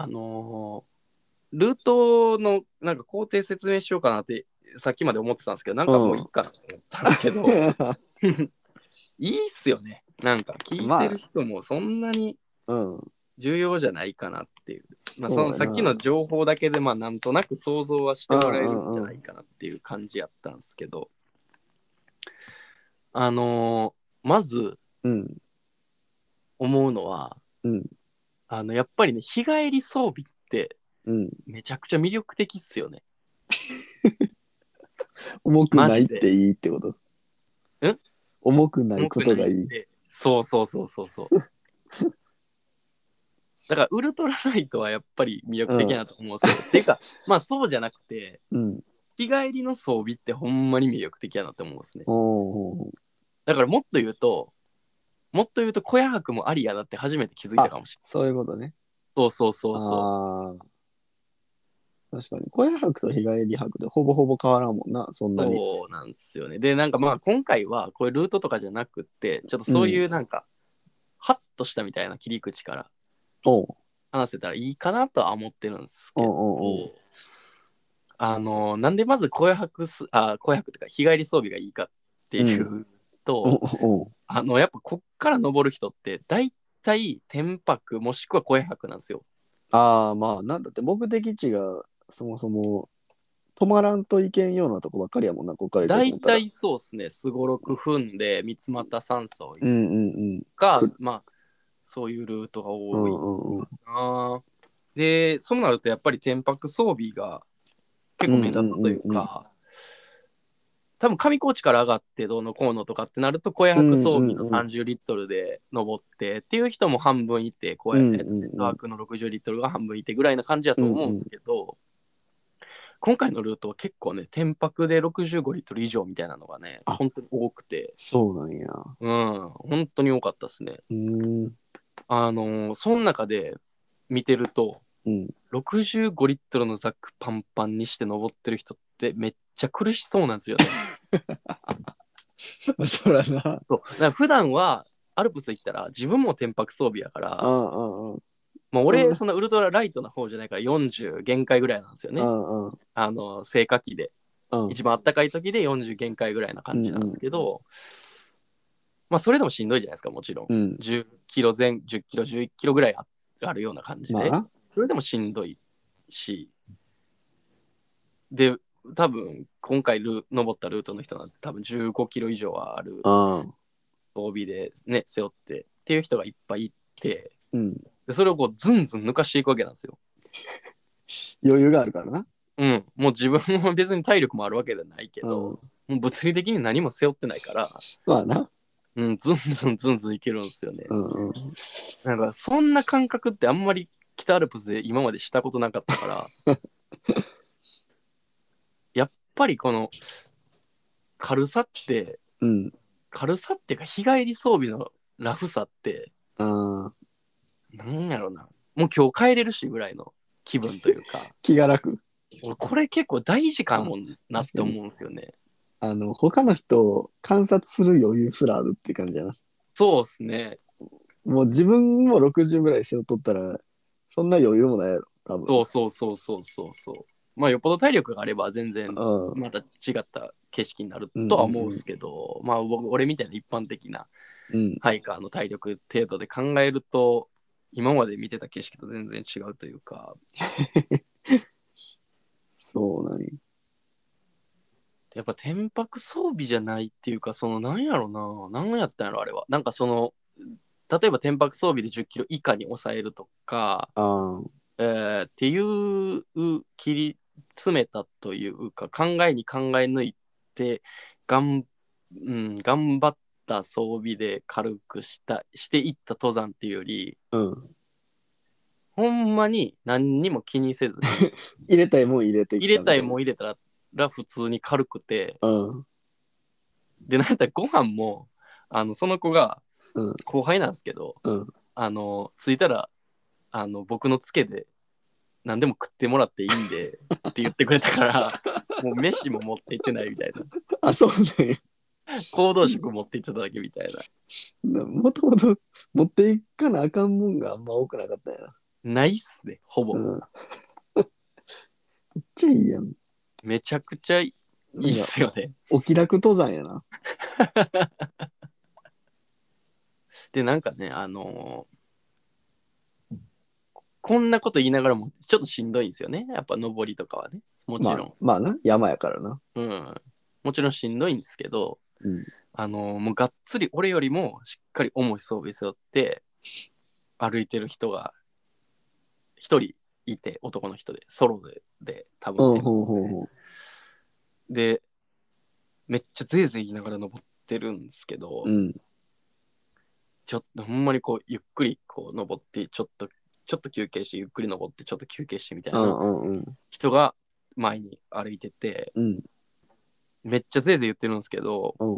ルートのなんか工程説明しようかなってさっきまで思ってたんですけど、なんかもういいかなと思ったんですけど、いいっすよね。なんか聞いてる人もそんなに重要じゃないかなっていう。そのさっきの情報だけでなんとなく想像はしてもらえるんじゃないかなっていう感じやったんですけど、まず、思うのは、やっぱりね、日帰り装備ってめちゃくちゃ魅力的っすよね。 重くないっていいってこと？重くないことがいい。 そう。だからウルトラライトはやっぱり魅力的なと思うんですけど、ていうかまあそうじゃなくて、日帰りの装備ってほんまに魅力的やなって思うんですね。だからもっと言うと小屋泊もありやなって初めて気づいたかもしれない。 そういうことね。 そう。 確かに小屋泊と日帰り泊でほぼほぼ変わらんもんな、そんなに。 そうなんですよね。でなんか今回はこういうルートとかじゃなくってちょっとそういうなんか、ハッとしたみたいな切り口から話せたらいいかなとは思ってるんですけど、なんでまず小屋泊っていうか日帰り装備がいいかっていうと、やっぱこっから登る人って大体天泊もしくは小屋泊なんですよ。 なんだって目的地がそもそも泊まらんといけんようなとこばっかりやもんな、こっから行こうと思ったら。 大体そうっすね。すごろく踏んで三俣山荘が、そういうルートが多いな。で、そうなるとやっぱり天泊装備が結構目立つというか、多分上高地から上がってどうのこうのとかってなると小屋泊装備の30リットルで登ってっていう人も半分いて、小屋泊の60リットルが半分いてぐらいな感じだと思うんですけど、今回のルートは結構ね、天泊で65リットル以上みたいなのがね、本当に多くて。 そうなんや。 本当に多かったですね。その中で見てると、65リットルのザックパンパンにして登ってる人ってめっちゃ苦しそうなんですよね。 そらな。 そう。だから普段はアルプス行ったら自分も天泊装備やから、俺そんなウルトラライトな方じゃないから40限界ぐらいなんですよね。聖火期で、一番あったかい時で40限界ぐらいな感じなんですけど、それでもしんどいじゃないですか、もちろん。10キロ10キロ11キロぐらいあるような感じで、それでもしんどいし、で多分今回登ったルートの人なんて多分15キロ以上はある装備でね背負ってっていう人がいっぱいいて、でそれをこうズンズン抜かしていくわけなんですよ。 余裕があるからな。 もう自分も別に体力もあるわけじゃないけど、もう物理的に何も背負ってないから、 うん、ズンズンズンズンいけるんですよね。 うんうん。 なんかそんな感覚ってあんまり北アルプスで今までしたことなかったからやっぱりこの軽さって、 うん。 軽さっていうか日帰り装備のラフさってああ。 なんやろな、もう今日帰れるしぐらいの気分というか気が楽。 俺これ結構大事かもなって思うんですよね。 他の人を観察する余裕すらあるっていう感じやな。 そうっすね。 もう自分も60ぐらい背負っとったら、そんな余裕もないやろ、多分。 そう。まあよっぽど体力があれば全然うん。 また違った景色になるうんとは思うんですけど、まあ俺みたいな一般的なうん。 ハイカーの体力程度で考えると、今まで見てた景色と全然違うというか、 そうなんや。 やっぱ天白装備じゃないっていうか、そのなんやろな、なんやったんやろあれは。なんかその、例えば天白装備で10キロ以下に抑えるとか、 ああ。 っていう切り詰めたというか、考えに考え抜いて、頑張った装備で軽くしていった登山っていうより、 うん。 ほんまに何にも気にせずに、 入れたいもん入れてき入れたいたみたいな。 もん入れたら普通に軽くて、 うん。 で、なんだご飯も、その子がうん。 後輩なんですけど、 うん。 着いたら、僕のつけで何でも食ってもらっていいんでって言ってくれたから、もう飯も持って行ってないみたいな。 あ、そうなんや。 行動食持って行ってただけみたいな。 もともと持っていかなあかんもんがあんま多くなかったんやな。 ないっすね、ほぼ。 うん。めっちゃいいやん。 めちゃくちゃいいっすよね。 お気楽登山やな。 で、なんかね、こんなこと言いながらもちょっとしんどいんですよね。やっぱ登りとかはね。もちろん。 まあな、山やからな。 うん。もちろんしんどいんですけど、 うん。 もうがっつり俺よりもしっかり重い装備背負って歩いてる人が一人いて、男の人で、ソロで多分、 うん、ほうほうほで、めっちゃぜいぜい言いながら登ってるんですけど、 う。うん。 ちょっとほんまにこうゆっくりこう登ってちょっと休憩してゆっくり登ってちょっと休憩してみたいな人が前に歩いてて、 うん。 めっちゃぜいぜい言ってるんですけど、 うん。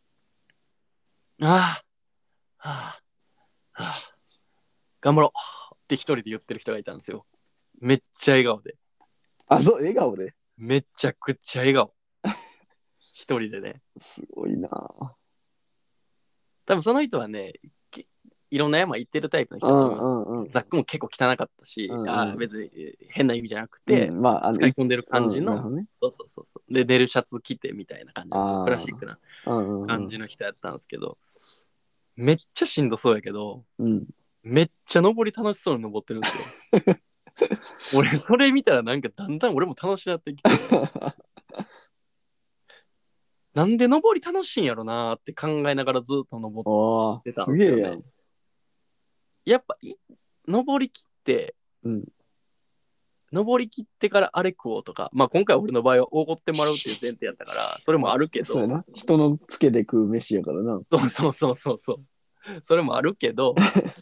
ああ、はあ、はあ、頑張ろうって一人で言ってる人がいたんですよ。めっちゃ笑顔で。 あ、そう、笑顔で。 めちゃくちゃ笑顔。一人でね。 すごいな。 多分その人はね、いろんな山行ってるタイプの人うんだと思う。 うんうん。 ザックも結構汚かったし、 うんうん別に変な意味じゃなくて、 うん、まあ、 使い込んでる感じの、 ね、 そう。で、寝るシャツ着てみたいな感じの、クラシックな感感じの人やったんですけど、めっちゃしんどそうやけど、 うん、 めっちゃ登り楽しそうに登ってるんですよ。俺、それ見たらなんかだんだん俺も楽しくなってきて、なんで登り楽しいんやろなーって考えながらずっと登ってたんですよね。やっぱ登りきって、 うん、 登りきってからあれ食おうとか、まあ今回俺の場合はおごってもらうっていう前提やったからそれもあるけど、 そうやな、人のつけで食う飯やからな。 そうそれもあるけど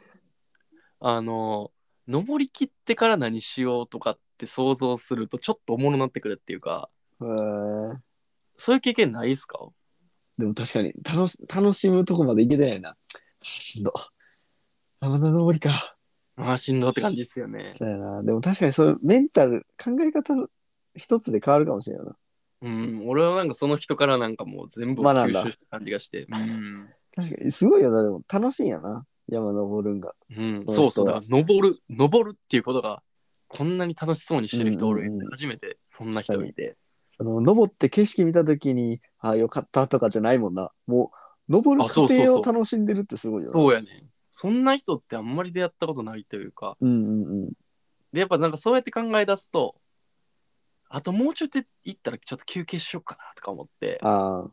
登りきってから何しようとかって想像するとちょっとおもろなってくるっていうか、 へえ。 そういう経験ないですか？ でも確かに楽しむとこまでいけてないな。しんど。まだ登りか。 しんどって感じですよね。 そうやな。でも確かにそういうメンタル、考え方の一つで変わるかもしれないな。 うん、俺はなんかその人からなんかもう全部吸収した感じがして。 確かに、すごいよな。でも楽しいんやな。山登るんが。 うん、そうだ。登るっていうことがこんなに楽しそうにしてる人おる、初めてそんな人見て。 登って景色見たときに、ああ、よかったとかじゃないもんな。もう、登る過程を楽しんでるってすごいよな。 そうやね。そんな人ってあんまり出会ったことないというか。で、やっぱなんかそうやって考え出すと、あともうちょっと行ったらちょっと休憩しようかなとか思って。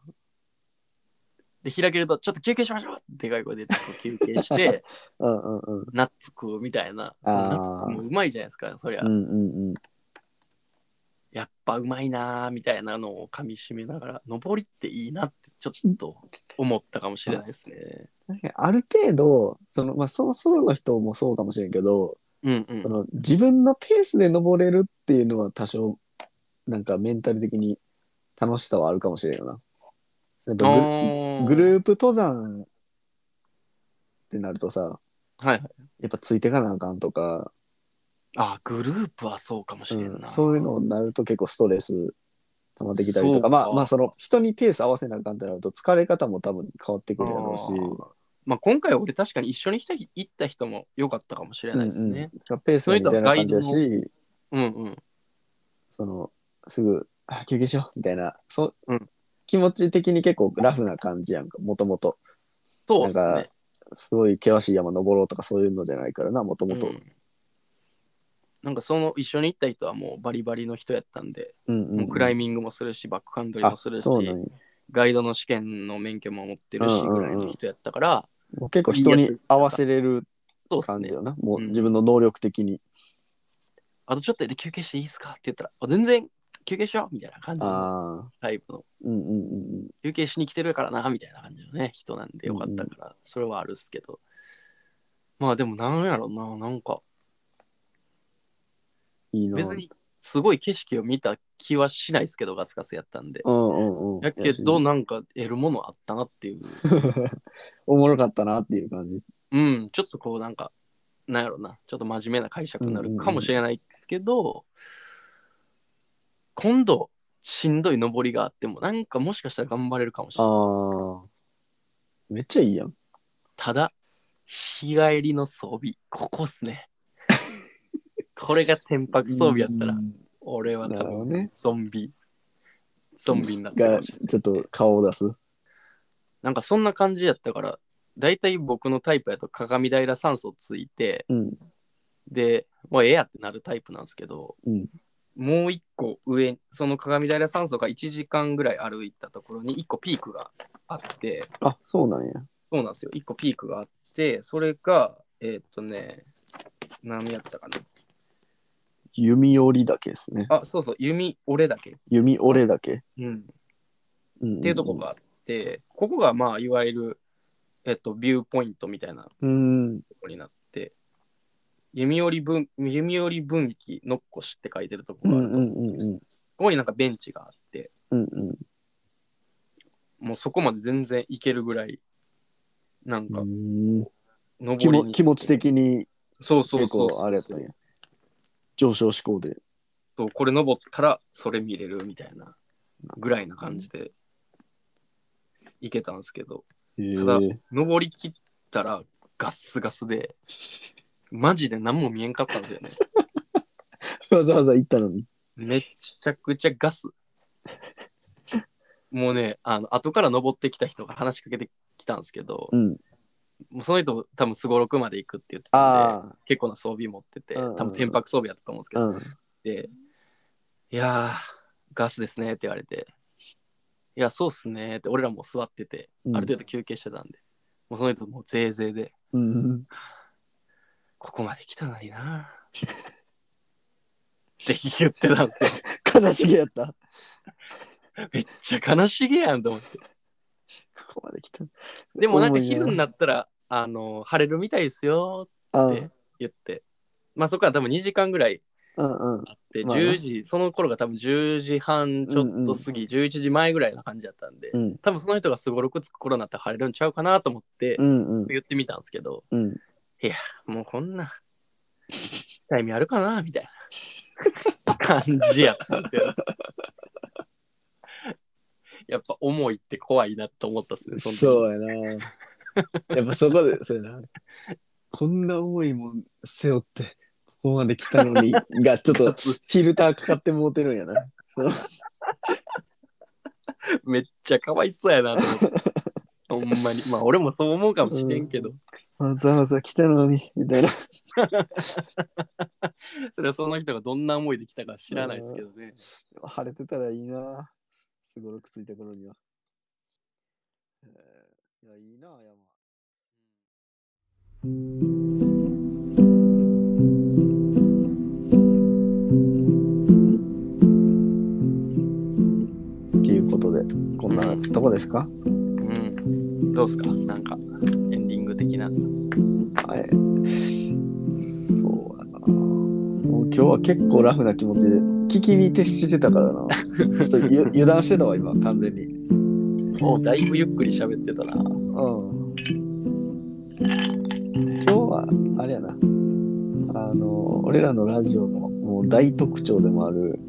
で、開けると、ちょっと休憩しましょうってでかい声でちょっと休憩して、ナッツ食うみたいな。そのナッツもうまいじゃないですか、そりゃ。 やっぱうまいなーみたいなのを噛み締めながら、登りっていいなってちょっと思ったかもしれないですね。 確かにある程度、そのソロの人もそうかもしれんけど、 うんうん。 自分のペースで登れるっていうのは多少、なんかメンタル的に楽しさはあるかもしれんよな。やっぱグループ登山ってなるとさ、 はいはい。 やっぱついてかなあかんとか、 グループはそうかもしれんな。 そういうのになると結構ストレス溜まってきたりとか、 そうか。 人にペース合わせなあかんってなると疲れ方も多分変わってくるやろうし、 今回俺確かに一緒に行った人も良かったかもしれないですね。 ペースがみたいな感じだし、 うんうん。 すぐ休憩しようみたいな、 うん、 気持ち的に結構ラフな感じやんか、もともと。 そうですね。 なんかすごい険しい山登ろうとかそういうのじゃないからな、もともと。 なんか一緒に行った人はもうバリバリの人やったんで、もうクライミングもするし、バックカントリーもするし、ガイドの試験の免許も持ってるしぐらいの人やったから、 もう結構人に合わせれる感じよな、もう自分の能力的に。 あとちょっとで休憩していいですかって言ったら、全然休憩しようみたいな感じのタイプの、休憩しに来てるからなみたいな感じのね、人なんでよかったから、それはあるっすけど。まあでもなんやろな、なんか、別にすごい景色を見た気はしないですけど、ガスガスやったんで。やけど、なんか得るものあったなっていう。 おもろかったなっていう感じ。 ちょっとこうなんか、なんやろな、ちょっと真面目な解釈になるかもしれないですけど、今度、しんどい登りがあっても、なんかもしかしたら頑張れるかもしれない。 めっちゃいいやん。 ただ、日帰りの装備、ここっすね。これが天白装備やったら、俺は多分、ゾンビになってるかもしれない。 ちょっと顔を出す。 なんかそんな感じやったから、だいたい僕のタイプやと鏡平酸素ついて、で、もうええやってなるタイプなんですけど、もう一個上、その鏡平酸素が1時間ぐらい歩いたところに一個ピークがあって、 そうなんや。 そうなんですよ。一個ピークがあって、それが、何やったかな。 弓折岳ですね。 そうそう、弓折岳。 弓折岳。 っていうとこがあって、ここがまあ、いわゆる、ビューポイントみたいなとこになって、弓折分岐のっこしって書いてるとこがあると思うんですけど、ここになんかベンチがあって、もうそこまで全然行けるぐらい、なんか、 気持ち的に、 そう、 結構あれやったんや。上昇志向で。 そう、これ登ったらそれ見れるみたいなぐらいな感じで行けたんですけど、ただ、登りきったらガッスガスで、マジで何も見えんかったんですよね。 わざわざ行ったのに。 めちゃくちゃガス。もうね、後から登ってきた人が話しかけてきたんですけど、もうその人多分すごろくまで行くって言ってたんで、結構な装備持ってて、多分天白装備やったと思うんですけど、で、いやー、ガスですねって言われて、いや、そうっすねって、俺らも座ってて、ある程度休憩してたんで、もうその人もうぜいぜいで、ここまで来たのになって言ってたんですよ。 悲しげやった。 めっちゃ悲しげやんと思って。 ここまで来た。 でもなんか昼になったら、晴れるみたいですよって言って、まあそこから多分2時間ぐらいあって、10時、その頃が多分10時半ちょっと過ぎ、11時前ぐらいな感じだったんで、多分その人がすごろくつく頃になったら晴れるんちゃうかなと思って言ってみたんですけど、いや、もうこんなタイミングあるかなみたいな感じやったんですよ。やっぱ重いって怖いなと思ったっすね。 そうやな。やっぱそこで、そうやな。こんな重いもん背負って、ここまで来たのに、がちょっとフィルターかかってもうてるんやな。 めっちゃかわいそうやなと思って。ほんまに。まあ俺もそう思うかもしれんけど。 わざわざ来たのに、みたいな。 それはその人がどんな思いで来たか知らないですけどね。 晴れてたらいいな。すごろくついた頃には。いや、いいな、山。 っていうことで、こんなとこですか？ うん。どうすか？なんか、エンディング的な。はい。 そうやな。もう今日は結構ラフな気持ちで、聞きに徹してたからな。ちょっと油断してたわ、今、完全に。 もうだいぶゆっくり喋ってたな。うん。 今日は、あれやな。俺らのラジオのもう大特徴でもある、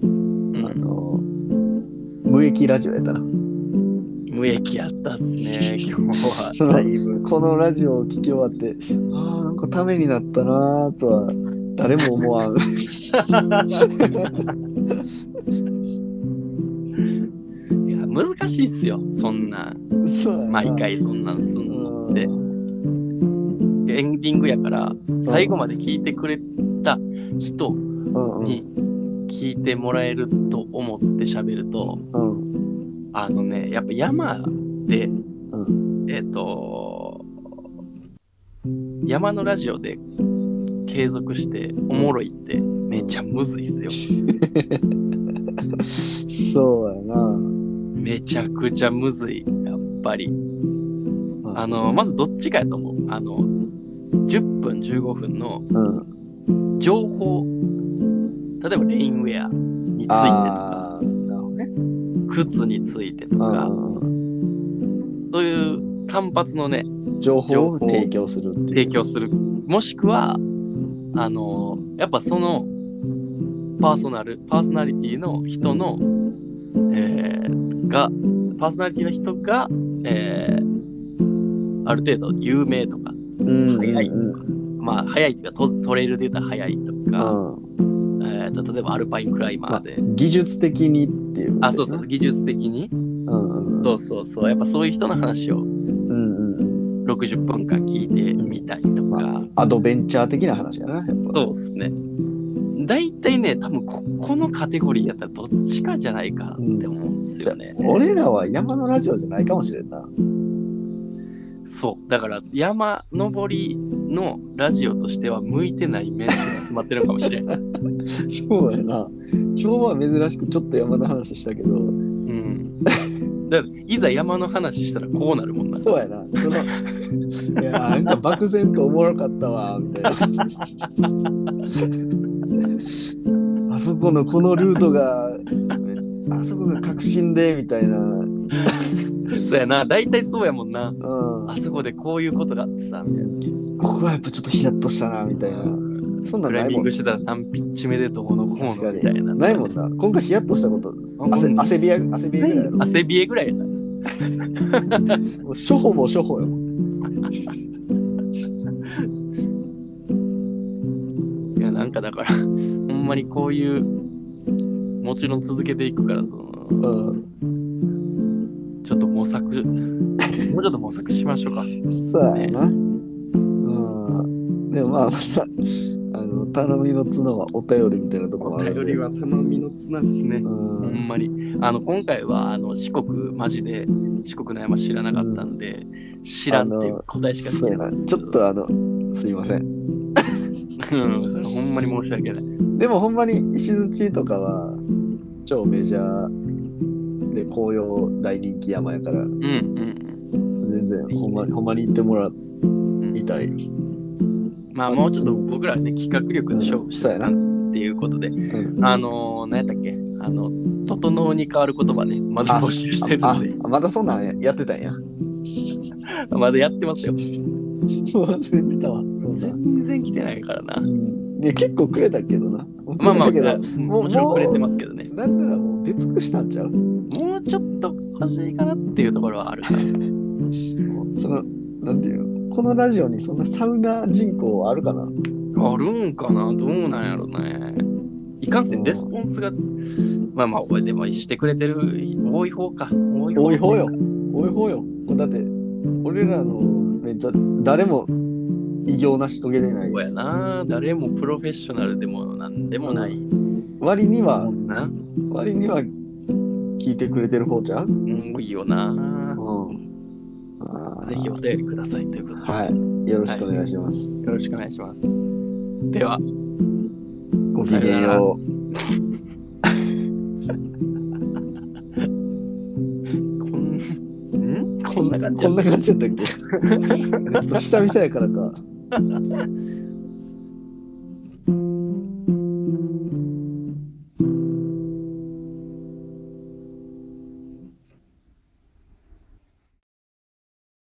無益ラジオやったな。 無益やったっすね、今日は。 このラジオを聞き終わって、なんかためになったなとは誰も思わん。いや、難しいっすよ、そんな。毎回そんなんすんのって。エンディングやから、最後まで聞いてくれた人に聞いてもらえると思って喋ると、やっぱ山で、山のラジオで継続しておもろいってめっちゃむずいっすよ。 そうやな。 めちゃくちゃむずい、やっぱり。まずどっちかやと思う。10分15分の情報、例えばレインウェアについてとか、靴についてとか、そういう単発のね、 情報を提供する。 もしくは、やっぱそのパーソナリティの人の、パーソナリティの人が、ある程度有名とか、早いとか、まあ早いというかトレイルで言ったら早いとか、例えばアルパインクライマーで、 技術的にっていう、 そうそう、技術的に、そうやっぱそういう人の話を60分間聞いてみたいとか、 アドベンチャー的な話やな、やっぱ。 そうですね。大体ね、多分このカテゴリーやったらどっちかじゃないかなって思うんですよね。 俺らは山のラジオじゃないかもしれんな。 そうだから山登りのラジオとしては向いてない面が決まってるかもしれん。 そうやな。今日は珍しくちょっと山の話したけど、 だからいざ山の話したらこうなるもんな。 そうやな。いやなんか漠然とおもろかったわみたいな。あそこのこのルートがあそこが確信でみたいな。 そうやな、大体そうやもんな。あそこでこういうことがあってさみたいな。 ここはやっぱちょっとヒヤッとしたなみたいな。そんなんないもん。 クライミングしてたら何ピッチ目でどうのこうのみたいな。 ないもんな。今回ヒヤッとしたこと。汗びえぐらいやろ。 汗びえぐらいやな。 もう初歩も初歩よ。 いやなんかだからほんまにこういうもちろん続けていくからちょっと模索もうちょっと模索しましょうか。 そうやな。でもまあまた頼みの綱はお便りみたいなところもあるんで。 お便りは頼みの綱ですね。ほんまに今回は四国マジで四国の山知らなかったんで、知らんっていう答えしかできない。ちょっとすいません。 それほんまに申し訳ない。 でもほんまに石鎚とかは超メジャーで紅葉大人気山やから、全然ほんまに行ってもらいたい。 まあもうちょっと僕らね企画力で勝負したいなっていうことで、何やったっけ整に変わる言葉ね、まだ募集してるんで。 まだそんなんやってたんや。 まだやってますよ。 忘れてたわ。 全然来てないからな。 結構くれたけどな。 まあもちろんくれてますけどね。 だったらもう出尽くしたんちゃう？ もうちょっと欲しいかなっていうところはあるから。 なんていうの？このラジオにそんなサウナ人口あるかな？ あるんかな？どうなんやろね。いかんせんレスポンスがまあでもしてくれてる多い方か。 多い方よ。だって俺らのめっちゃ誰も偉業なし遂げれない。 そうやな。誰もプロフェッショナルでもなんでもない。 割には聞いてくれてる方じゃん？ いいよな。ぜひお便りくださいということで。 はい。よろしくお願いします。 よろしくお願いします。では、 ごきげんよう。 こんな感じこんな感じだったっけちょっと久々やからか。